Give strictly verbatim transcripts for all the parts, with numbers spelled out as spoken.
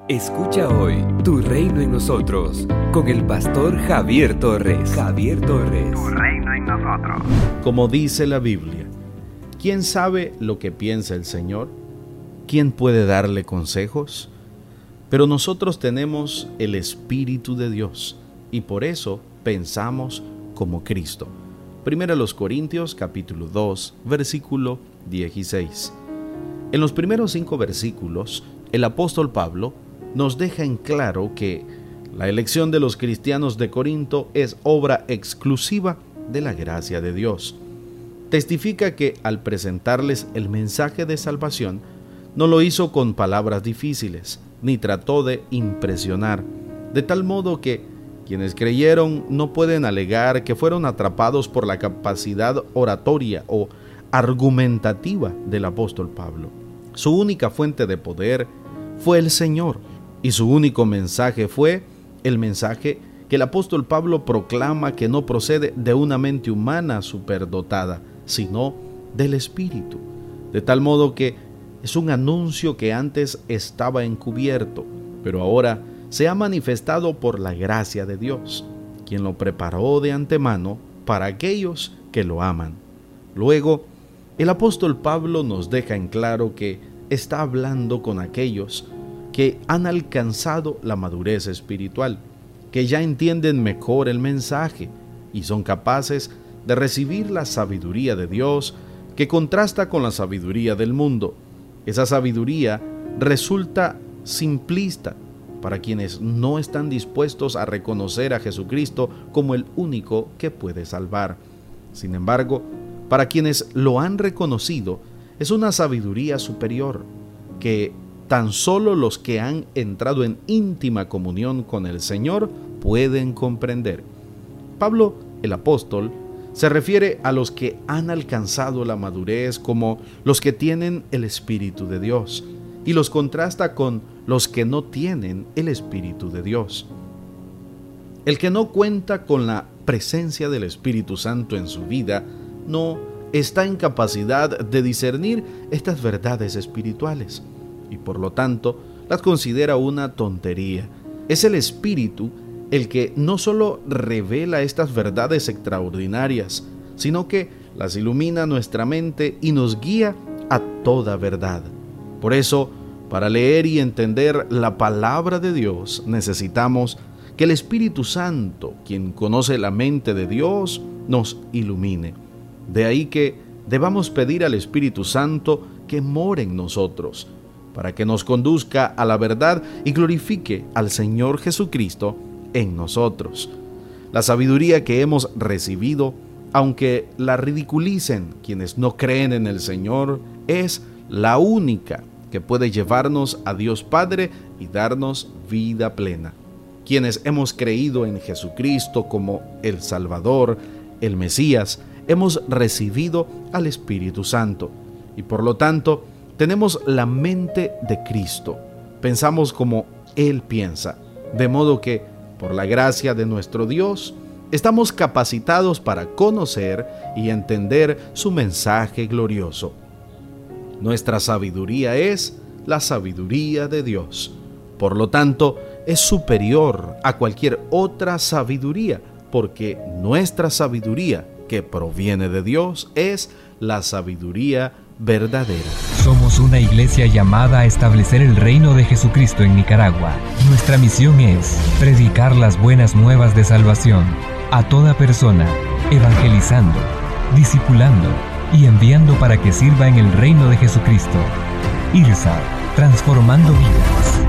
Escucha hoy Tu Reino en Nosotros con el pastor Javier Torres. Javier Torres. Tu Reino en Nosotros. Como dice la Biblia, ¿quién sabe lo que piensa el Señor? ¿Quién puede darle consejos? Pero nosotros tenemos el Espíritu de Dios y por eso pensamos como Cristo. Primera a los Corintios capítulo dos, versículo dieciséis. En los primeros cinco versículos, el apóstol Pablo nos deja en claro que la elección de los cristianos de Corinto es obra exclusiva de la gracia de Dios. Testifica que al presentarles el mensaje de salvación, no lo hizo con palabras difíciles, ni trató de impresionar, de tal modo que quienes creyeron no pueden alegar que fueron atrapados por la capacidad oratoria o argumentativa del apóstol Pablo. Su única fuente de poder fue el Señor, y su único mensaje fue el mensaje que el apóstol Pablo proclama que no procede de una mente humana superdotada, sino del Espíritu, de tal modo que es un anuncio que antes estaba encubierto, pero ahora se ha manifestado por la gracia de Dios, quien lo preparó de antemano para aquellos que lo aman. Luego, el apóstol Pablo nos deja en claro que está hablando con aquellos que han alcanzado la madurez espiritual, que ya entienden mejor el mensaje y son capaces de recibir la sabiduría de Dios que contrasta con la sabiduría del mundo. Esa sabiduría resulta simplista para quienes no están dispuestos a reconocer a Jesucristo como el único que puede salvar. Sin embargo, para quienes lo han reconocido, es una sabiduría superior que tan solo los que han entrado en íntima comunión con el Señor pueden comprender. Pablo, el apóstol, se refiere a los que han alcanzado la madurez como los que tienen el Espíritu de Dios y los contrasta con los que no tienen el Espíritu de Dios. El que no cuenta con la presencia del Espíritu Santo en su vida no está en capacidad de discernir estas verdades espirituales y por lo tanto las considera una tontería. Es el Espíritu el que no solo revela estas verdades extraordinarias, sino que las ilumina nuestra mente y nos guía a toda verdad. Por eso, para leer y entender la palabra de Dios, necesitamos que el Espíritu Santo, quien conoce la mente de Dios, nos ilumine. De ahí que debamos pedir al Espíritu Santo que more en nosotros, para que nos conduzca a la verdad y glorifique al Señor Jesucristo en nosotros. La sabiduría que hemos recibido, aunque la ridiculicen quienes no creen en el Señor, es la única que puede llevarnos a Dios Padre y darnos vida plena. Quienes hemos creído en Jesucristo como el Salvador, el Mesías, hemos recibido al Espíritu Santo y por lo tanto tenemos la mente de Cristo. Pensamos como Él piensa, de modo que por la gracia de nuestro Dios estamos capacitados para conocer y entender su mensaje glorioso. Nuestra sabiduría es la sabiduría de Dios. Por lo tanto, es superior a cualquier otra sabiduría, porque nuestra sabiduría, que proviene de Dios, es la sabiduría verdadera. Somos una iglesia llamada a establecer el reino de Jesucristo en Nicaragua. Nuestra misión es predicar las buenas nuevas de salvación a toda persona, evangelizando, discipulando y enviando para que sirva en el reino de Jesucristo. IRSAD, transformando vidas.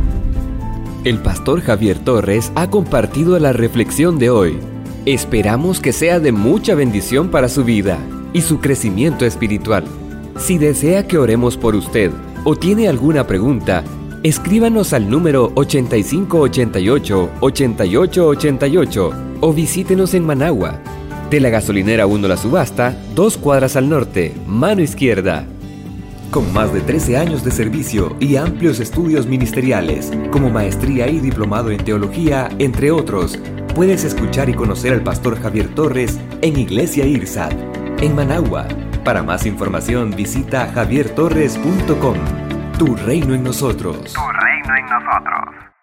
El pastor Javier Torres ha compartido la reflexión de hoy. Esperamos que sea de mucha bendición para su vida y su crecimiento espiritual. Si desea que oremos por usted o tiene alguna pregunta, escríbanos al número ochenta y cinco ochenta y ocho, ochenta y ocho ochenta y ocho o visítenos en Managua, de la gasolinera uno La Subasta, dos cuadras al norte, mano izquierda. Con más de trece años de servicio y amplios estudios ministeriales, como maestría y diplomado en teología, entre otros, puedes escuchar y conocer al pastor Javier Torres en Iglesia IRSAD, en Managua. Para más información visita javier torres punto com. Tu reino en nosotros. Tu reino en nosotros. nosotros.